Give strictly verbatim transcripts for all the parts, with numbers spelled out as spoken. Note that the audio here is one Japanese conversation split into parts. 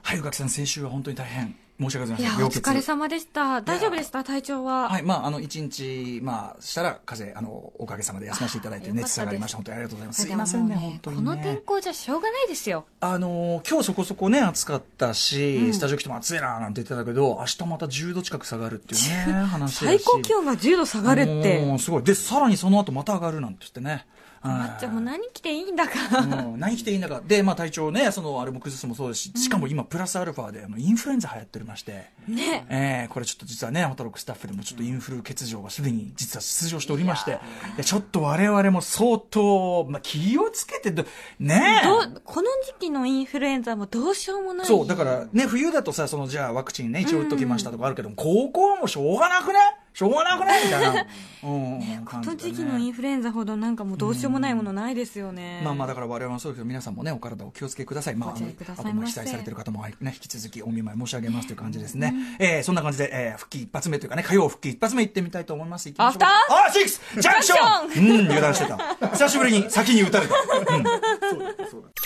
はい、宇垣さん、先週は本当に大変申し訳ございません。 いや、お疲れ様でした。大丈夫でした？体調は。 はい、まあ、あの、一日、まあ、したら、風邪、あの、おかげさまで休ませていただいて、熱下がりました。本当にありがとうございます。すいませんね、本当にね。 この天候じゃしょうがないですよ。 あの、今日そこそこね、暑かったし、うん、スタジオ来ても暑いな、なんて言ってたけど、明日またじゅうど近く下がるっていうね、話だし。 最高気温がじゅうど下がるって。 もう、すごい。で、さらにその後また上がるなんて言ってね。 まっちゃんも何着ていいんだか、 うん、何着ていいんだかで、まあ、体調ねそのあれも崩すもそうですし、しかも今プラスアルファであのインフルエンザ流行っておりまして、 ねえー、これちょっと実はねホタロックスタッフでもちょっとインフル欠場がすでに実は出場しておりまして、でちょっと我々も相当、まあ、気をつけてねどこの時期のインフルエンザもどうしようもない。 そうだからね冬だとさそのじゃあワクチンね一応打っときましたとかあるけども、うん、高校はもうしょうがなくねしょうがなくないみたいな、うんね、この時期のインフルエンザほどなんかもうどうしようもないものないですよね、 うん、まあまあだから我々もそうですけど皆さんもねお体お気をつけください。まあ、あのあとまあ被災されている方も、ね、引き続きお見舞い申し上げますという感じですね、うんえー、そんな感じで、えー、復帰一発目というかね火曜復帰一発目行ってみたいと思います。 アフターあシックスジャンクションうん油断してた久しぶりに先に打たれた、うん、そうだそうだ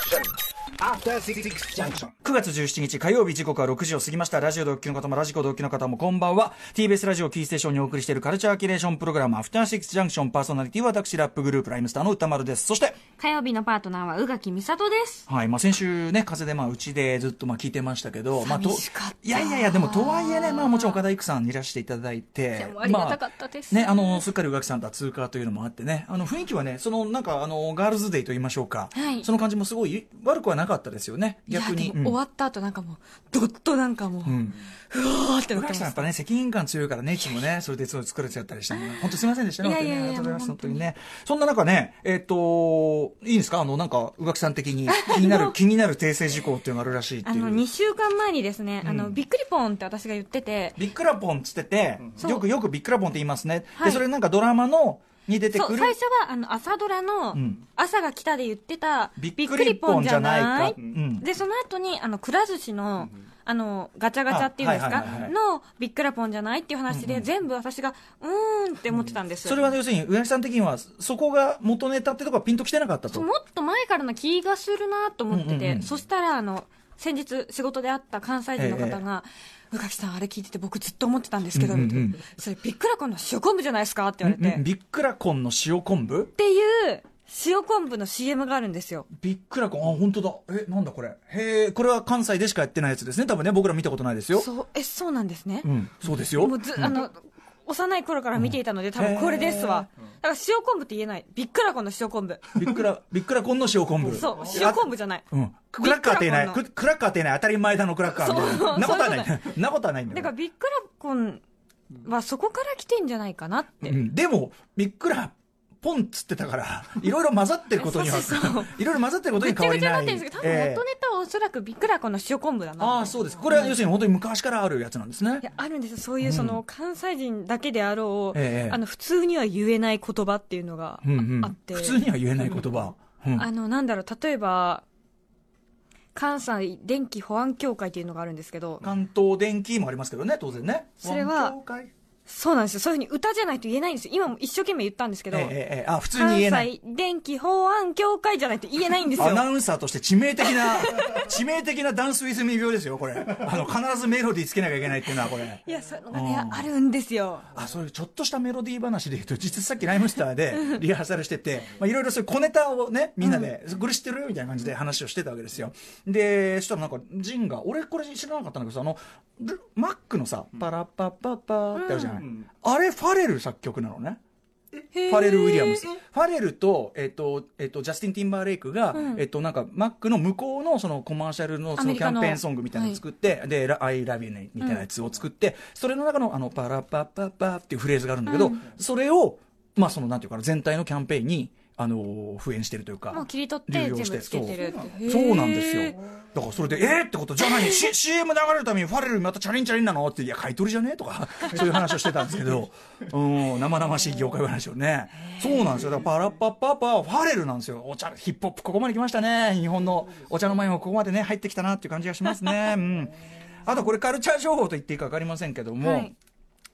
くがつじゅうしちにち火曜日時刻はろくじを過ぎました。ラジオ同期の方もラジコ同期の方もこんばんは。 ティービーエス ラジオキーステーションにお送りしているカルチャーキュレーションプログラムアフターシックスジャンクション、パーソナリティは私ラップグループライムスターの歌丸です。そして火曜日のパートナーは宇垣美里です。 はい、まあ、先週ね風邪でまあうちでずっとまあ聞いてましたけど、まあ、 寂しかった。 いやいやいやでもとはいえね、まあ、もちろん岡田育さんにいらしていただいてありがたかったです、 まあ、ねあのすっかり宇垣さんとは通過というのもあってねあの雰囲気はねそのなんかあのガールズデーと言いましょうか、 はい、 その感じもすごい悪くはなかったですよね。逆に、 いやでも終わった後なんかもうどっとなんかもう、うん、うわーってなってま宇垣さんやっぱね責任感強いからねいつもねそれでそう作れちゃったりしたの本当すいませんでしたね。 いやいやいやありがとうございます本当にね。そんな中ねえっ、ー、といいんですかあのなんか宇垣さん的に気になる気になる訂正事項っていうのがあるらしいっていう。 あのにしゅうかんまえにですね、うん、あのびっくりポンって私が言っててびっくらポンっつってて、うん、よくよくびっくらポンって言いますね、はい、でそれなんかドラマのに出てくる。 そう最初はあの朝ドラの朝が来たで言ってたびっくりポンじゃない、うん、でその後にあのくら寿司の、うんあのガチャガチャっていうんですか、はいはいはいはい、のびっくらポンじゃないっていう話で、うんうん、全部私がうーんって思ってたんです、 うん、それは要するに宇垣さん的にはそこが元ネタってとこはピンときてなかったと。 もっと前からの気がするなと思ってて、うんうんうん、そしたらあの先日仕事で会った関西人の方が、ええ、宇垣さんあれ聞いてて僕ずっと思ってたんですけど、うんうんうん、それびっくらこんの塩昆布じゃないですかって言われて、 うんうん、びっくらこんの塩昆布っていう塩昆布の シーエム があるんですよ。 びっくらこん、あ、本当だ。え、なんだこれ。へえ、これは関西でしかやってないやつですね。多分ね、僕ら見たことないですよ。 そう、え、そうなんですね。 うん、そうですよ。 もうず、うん、あの、幼い頃から見ていたので、多分これですわ。だから塩昆布って言えない。びっくらこんの塩昆布。 びっくら、びっくらこんの塩昆布。 そう、塩昆布じゃない。 うん。クラッカーって言えない。クラッカーって言えない。当たり前だのクラッカーみたいな。なことはない。なことはないんだよ。 だからびっくらこんはそこから来てんじゃないかなって。 うん、でも、びっくら、ポンっつってたからいろいろ混ざってることにはいろいろ混ざってることに変わりない。 ぐちゃぐちゃになってるんですけど、多分元ネタはおそらくびっくらこの塩昆布だな。 ああそうです。これは要するに本当に昔からあるやつなんですね。 いやあるんですよ。そういうその関西人だけであろう、うん、あの普通には言えない言葉っていうのがあって、うんうん、 普通には言えない言葉、 うん、あのなんだろう例えば関西電気保安協会っていうのがあるんですけど、 関東電気もありますけどね当然ね。 それはそうなんですよ。そういうふうに歌じゃないと言えないんですよ。今も一生懸命言ったんですけど、ええええ、あ普通に言えない。 関西電気保安協会じゃないと言えないんですよ。 アナウンサーとして致命的な致命的なダンスウィズミ病ですよこれ。あの必ずメロディーつけなきゃいけないっていうのはこれ。 いやそういうのがね、うん、あるんですよ。 あそういうちょっとしたメロディー話で言うと実はさっきライムスターでリハーサルしててまあいろいろそういう小ネタをねみんなで、うん、これ知ってるみたいな感じで話をしてたわけですよ。でそしたらなんかジンが俺これ知らなかったんだけどさあのマックのさパラッパッパッパーってあるじゃない、うん、あれファレル作曲なのね。ファレル・ウィリアムス。ファレルと、えっと、えっと、ジャスティン・ティンバーレイクが、うん、えっと、なんか、マックの向こうの、その、コマーシャルの、その、キャンペーンソングみたいなのを作って、はい、で、I love you ね、みたいなやつを作って、うん、それの中の、あの、パラッパッパッパーっていうフレーズがあるんだけど、うん、それを、まあ、その、なんていうかな、全体のキャンペーンに、あの復縁してるというかもう切り取って全部つけてるってそう、そうなんですよ。だからそれでえーってことじゃあ何、C、シーエム 流れるためにファレルまたチャリンチャリンなのっていや買い取りじゃねえとかそういう話をしてたんですけどうん生々しい業界話をね。そうなんですよ。だからパラッパッパッパーファレルなんですよ。お茶ヒップホップここまで来ましたね。日本のお茶の前もここまでね入ってきたなっていう感じがしますね。うん、あとこれカルチャー情報と言っていいか分かりませんけども、はい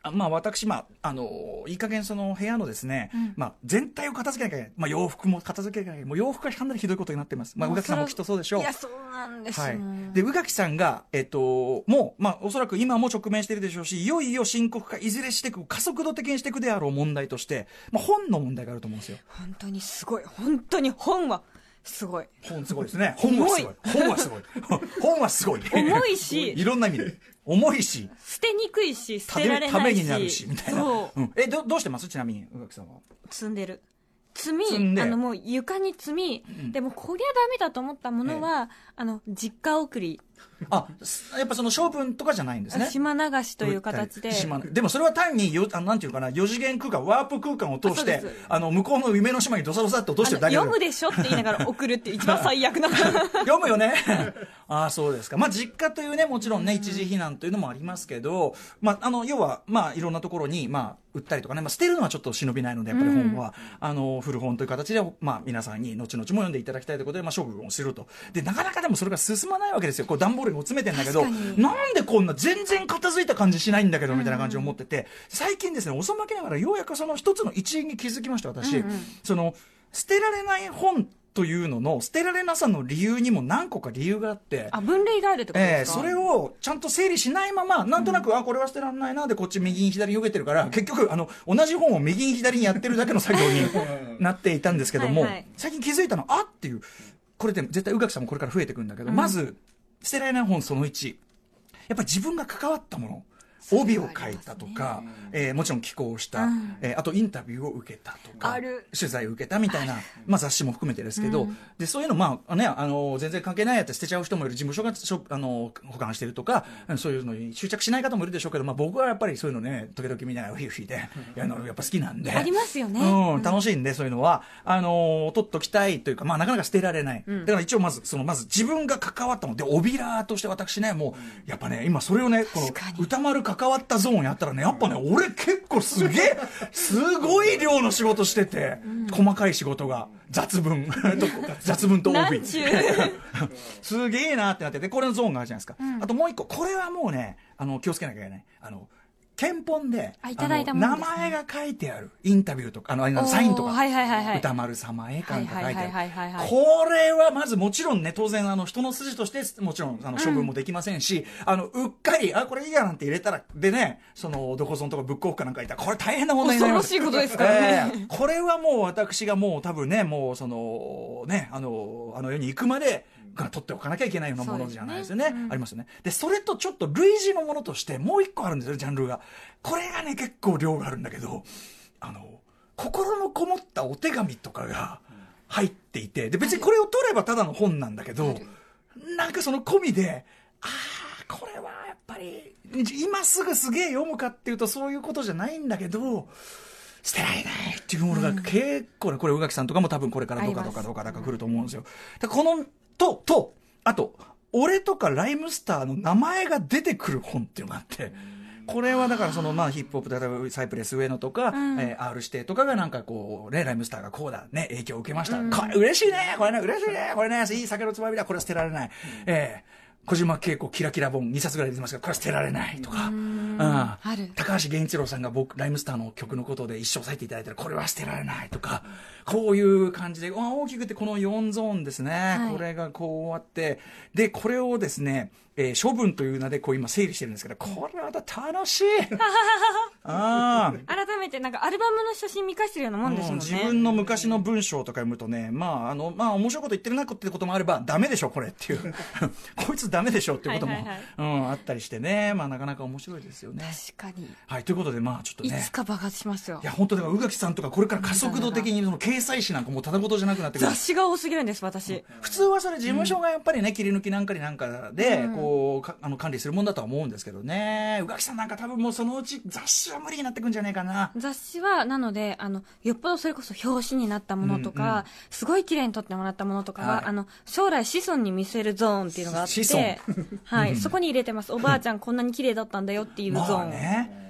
まあ私、まあ、あの、いい加減その部屋のですね、うん、まあ全体を片付けなきゃいけない。まあ洋服も片付けなきゃいけない。もう洋服がかなりひどいことになってます。まあ宇垣さんもきっとそうでしょう。 いや、そうなんですよ。はい。 で、宇垣さんが、えっと、もう、まあおそらく今も直面しているでしょうし、いよいよ深刻化、いずれしていく、加速度的にしていくであろう問題として、まあ本の問題があると思うんですよ。 本当にすごい。本当に本は、すごい。 本すごいですね。本はすごい。本はすごい。本はすごい。 重いし。 いろんな意味で。重いし。 捨てにくいし、捨てられないし。 ためになるし、みたいな。そう。うん、え、ど、どうしてますちなみに、宇垣さんは。 積んでる。積み、あのもう床に積み、うん、でもこりゃダメだと思ったものは、ええ、あの、実家送り。 あ、やっぱその処分とかじゃないんですね。 島流しという形で。 島でもそれは単によ、あのなんていうかな、四次元空間、ワープ空間を通して、あの、向こうの夢の島にドサドサって落としてるだけで。 読むでしょって言いながら送るって一番最悪な。 読むよね。ああ、そうですか。まあ、実家というね、もちろんね、一時避難というのもありますけど、まあ、あの、要は、まあ、いろんなところに、まあ、売ったりとかね、まあ、捨てるのはちょっと忍びないので、やっぱり本は、うん、あの、古本という形で、まあ、皆さんに後々も読んでいただきたいということで、まあ、処分をすると。で、なかなかでもそれが進まないわけですよ。こう、段ボールに詰めてんだけど、なんでこんな全然片付いた感じしないんだけど、みたいな感じを思ってて、最近ですね、遅まきながらようやくその一つの一因に気づきました、私。うんうん、その、捨てられない本というのの捨てられなさの理由にも何個か理由があって、 あ、分類があるってことですか？ えー、それをちゃんと整理しないまま、なんとなく、うん、あ、これは捨てられないなでこっち右に左に避けてるから、結局あの同じ本を右に左にやってるだけの作業になっていたんですけども、はいはい、最近気づいたのあっていう、これで絶対宇垣さんもこれから増えてくるんだけど、うん、まず捨てられない本そのいち、やっぱり自分が関わったもの、帯を書いたとか、ねえー、もちろん寄稿した、うん、えー、あとインタビューを受けたとか、取材を受けたみたいな、まあ、雑誌も含めてですけど、うん、でそういうの、まあね、あの全然関係ないやって捨てちゃう人もいる、事務所がしょあの保管してるとか、うん、そういうのに執着しない方もいるでしょうけど、まあ、僕はやっぱりそういうのね、時々見ながらウィーフィーでやるのやっぱ好きなんで、 ありますよね、 うん、楽しいんで、そういうのはあの取っときたいというか、まあ、なかなか捨てられない、うん、だから一応まずそのまず自分が関わったもので、帯らとして私ね、もうやっぱね、今それをね、この歌丸関わったゾーンやったらね、やっぱね、俺結構すげえ、すごい量の仕事してて、うん、細かい仕事が、雑文と、雑文と帯。すげえなってなってて、これのゾーンがあるじゃないですか。うん、あともう一個、これはもうね、あの、気をつけなきゃいけない。あの、憲本で、 あ、いただいたもの、名前が書いてあるインタビューとか、あの、あのサインとか、 はいはいはいはい、 歌丸様へかんか書いてある。これはまずもちろんね、当然あの、人の筋としてもちろんあの処分もできませんし、うん、あの、うっかり、あ、これいいやなんて入れたら、でね、その、どこそんとかブックオフかなんかいたら、これ大変な問題になります。 恐ろしいことですからね。 えー、これはもう私がもう多分ね、もうその、ね、あの、あの世に行くまで、が取っておかなきゃいけないようなものじゃないですよね。ね、うん、ありますよね。で、それとちょっと類似のものとしてもう一個あるんですよ、ジャンルが。これがね、結構量があるんだけど、あの、心のこもったお手紙とかが入っていて、で、別にこれを取ればただの本なんだけど、なんかその込みで、ああ、これはやっぱり、今すぐすげえ読むかっていうとそういうことじゃないんだけど、捨てられないっていうものが結構ね、これ宇垣さんとかも多分これからどうかどうかどうかだか来ると思うんですよ。でこの、と、と、あと、俺とかライムスターの名前が出てくる本っていうのがあって、これはだからそのまあヒップホップ、例えばサイプレス上野とか、うん、えー、R 指定とかがなんかこうね、ライムスターがこうだね、影響を受けました。うん、これ嬉しいね、これね、嬉しいね、これね、いい酒のつまみだ、これは捨てられない。うん、えー小島恵子キラキラ本にさつぐらい出てますけど、これは捨てられないとか、うん、あ高橋源一郎さんが僕ライムスターの曲のことで一生押さえていただいたら、これは捨てられないとか、こういう感じで大きくてこのよんゾーンですね、はい、これがこうあって、でこれをですね、えー、処分という名でこう今整理してるんですけど、これは楽しいあ改めてなんかアルバムの写真見返してるようなもんですもんね、 うん、自分の昔の文章とか読むとね、まああのまあ面白いこと言ってるなってこともあれば、ダメでしょこれっていうこいつダメでしょっていうことも、はいはいはい、うん、あったりしてね、まあなかなか面白いですよね。 確かに。 はい、ということでまあちょっとね、 いつか爆発しますよ。 いや本当だから宇垣さんとかこれから加速度的にその掲載誌なんかもうただごとじゃなくなってくる。 雑誌が多すぎるんです私、うん、 普通はそれ事務所がやっぱりね、うん、切り抜きなんかになんかでこう、うん、あの管理するもんだとは思うんですけどね。宇垣さんなんか多分もうそのうち雑誌は無理になってくんじゃねえかな。 雑誌はなのであのよっぽどそれこそ表紙になったものとか、うんうん、すごい綺麗に撮ってもらったものとかは、はい、あの将来子孫に見せるゾーンっていうのがあって、はい、そこに入れてます。おばあちゃんこんなに綺麗だったんだよっていうゾーン、まあね、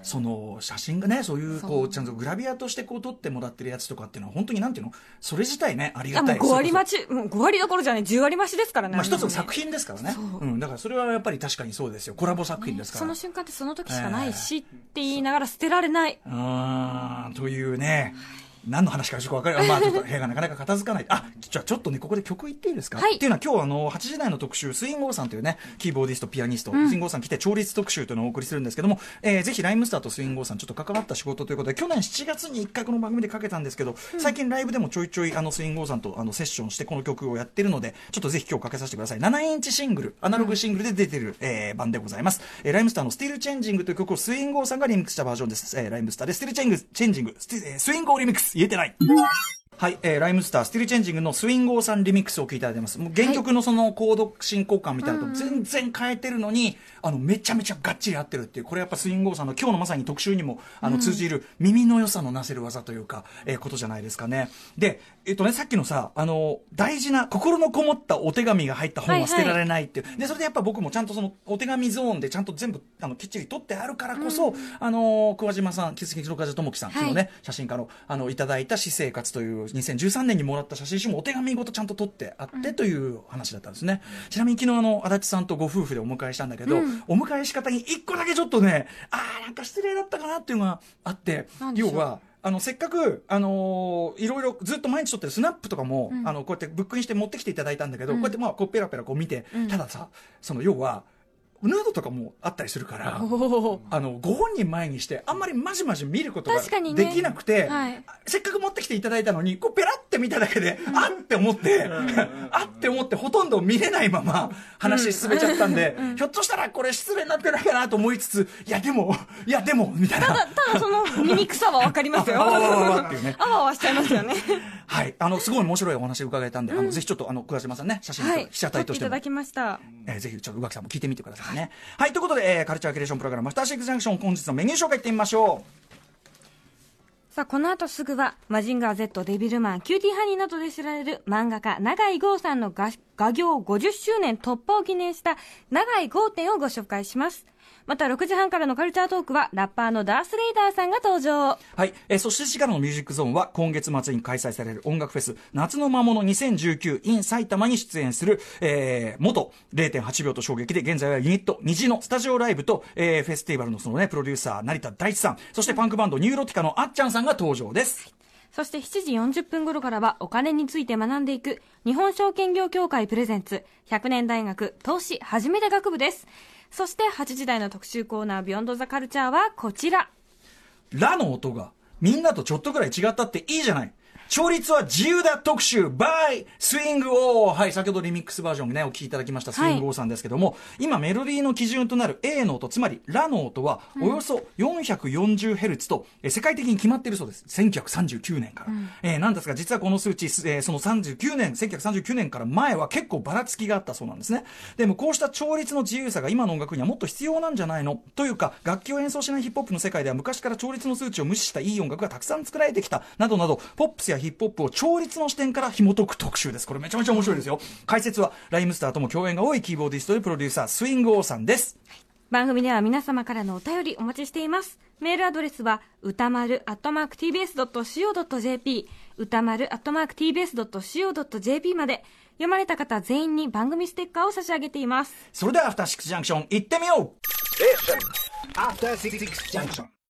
その写真がねそういうこうちゃんとグラビアとしてこう撮ってもらってるやつとかっていうのは本当になんていうのそれ自体ねありがたい。 ご割増し、もうご割どころじゃないじゅう割増しですからね。 まあ一つの作品ですからね。う、うん、だからそれはやっぱり確かにそうですよ。コラボ作品ですから、ね、 その瞬間ってその時しかないし、えー、って言いながら捨てられないあーというね。何の話かちょっと分かる、まあ、ちょっと部屋がなかなか片付かない。あ、じゃあちょっとねここで曲言っていいですか、はい、っていうのは今日あのはちじ台の特集スインゴーさんというねキーボーディストピアニスト、うん、スインゴーさん来て調律特集というのをお送りするんですけども、えー、ぜひライムスターとスインゴーさんちょっと関わった仕事ということで去年しちがつにいっかいこの番組でかけたんですけど、うん、最近ライブでもちょいちょいあのスインゴーさんとあのセッションしてこの曲をやってるのでちょっとぜひ今日かけさせてください。ななインチシングルアナログシングルで出てる、うんえー、版でございます、えー、ライムスターのスティールチェンジングという曲をスインゴーさんがリミックスしたバージョンです、えー、ライムスターでスティールチェングチェンジングス, ティ、えー、スインゴーリミックス言えてないはい、えー、ライムスタースティルチェンジングのスインゴーさんリミックスを聴いていただいてます。もう原曲のそのコード進行感みたいなのと全然変えてるのに、あのめちゃめちゃがっちり合ってるっていう、これやっぱスインゴーさんの今日のまさに特集にもあの通じる耳の良さのなせる技というか、えー、ことじゃないですかね。で、えっとね、さっきのさ、あの大事な心のこもったお手紙が入った本は捨てられないっていう、はいはい、でそれでやっぱ僕もちゃんとそのお手紙ゾーンでちゃんと全部あのきっちり取ってあるからこそ、うん、あの桑島さん、木城梶智樹さん、はい、のね写真家のあのいただいた私生活というにせんじゅうさんねんにもらった写真集もお手紙ごとちゃんと取ってあってという話だったんですね、うん、ちなみに昨日あの足立さんとご夫婦でお迎えしたんだけど、うん、お迎え仕方に一個だけちょっとねあーなんか失礼だったかなっていうのがあって、要はあのせっかく、あのー、いろいろずっと毎日撮ってるスナップとかも、うん、あのこうやってブックにして持ってきていただいたんだけど、うん、こうやってまあこうペラペラこう見て、うん、たださその要はヌードとかもあったりするからあのご本人前にしてあんまりまじまじ見ることができなくて、ねはい、せっかく持ってきていただいたのにこうペラって見ただけで、うん、あって思ってあって思ってほとんど見れないまま話進めちゃったんで、うん、ひょっとしたらこれ失礼になってないかなと思いつついやでもいやでもみたいなただただその醜さは分かりますよあわわわわっていうねあわわしちゃいますよねはいあのすごい面白いお話伺えたんで、うん、あのぜひちょっとあの桑島さんね写真と被写体としても、 はい、撮っていただきました、 えー、ぜひちょっと宇垣さんも聞いてみてくださいね。はい、はい、ということで、えー、カルチャーキュレーションプログラムアフターシックスジャンクション本日のメニュー紹介いってみましょう。 さあこの後すぐはマジンガー Z デビルマンキューティーハニーなどで知られる漫画家永井豪さんの画画業ごじゅっしゅうねん突破を記念した永井豪展をご紹介します。またろくじはんからのカルチャートークはラッパーのダース・レイダーさんが登場。 はい、えー、そしてしちじからのミュージックゾーンは今月末に開催される音楽フェス夏の魔物にせんじゅうきゅう in 埼玉に出演する、えー、元 れいてんはちびょうと衝撃で現在はユニット虹のスタジオライブと、えー、フェスティバルのそのねプロデューサー成田大地さん、そしてパンクバンドニューロティカのあっちゃんさんが登場です。はい、 そしてしちじよんじゅっぷん頃からはお金について学んでいく日本証券業協会プレゼンツひゃくねん大学投資初めて学部です。そしてはちじ台の特集コーナービヨンドザカルチャーはこちら。 ラの音がみんなとちょっとぐらい違ったっていいじゃない。調律は自由だ特集 by スイングオー。はい、先ほどリミックスバージョンねお聴きいただきましたスイングオーさんですけども、はい、今メロディーの基準となる A の音、つまりラの音はおよそ よんひゃくよんじゅうヘルツ と、うん、世界的に決まっているそうです。せんきゅうひゃくさんじゅうきゅうねんから、うんえー、なんですが実はこの数値、えー、そのさんじゅうきゅうねんせんきゅうひゃくさんじゅうきゅうねんから前は結構ばらつきがあったそうなんですね。でもこうした調律の自由さが今の音楽にはもっと必要なんじゃないのというか、楽器を演奏しないヒップホップの世界では昔から調律の数値を無視したいい音楽がたくさん作られてきたなどなど、ポップスやヒップホップを調律の視点から紐解く特集です。これめちゃめちゃ面白いですよ。解説はライムスターとも共演が多いキーボーディストでプロデューサースイングオーさんです。 番組では皆様からのお便りお待ちしています。メールアドレスは歌丸アットマーク ティービーエスドットシーオードットジェーピー 歌丸アットマーク ティービーエスドットシーオードットジェーピー まで。読まれた方全員に番組ステッカーを差し上げています。 それではアフターシックスジャンクション行ってみよう。アフターシックスジャンクション。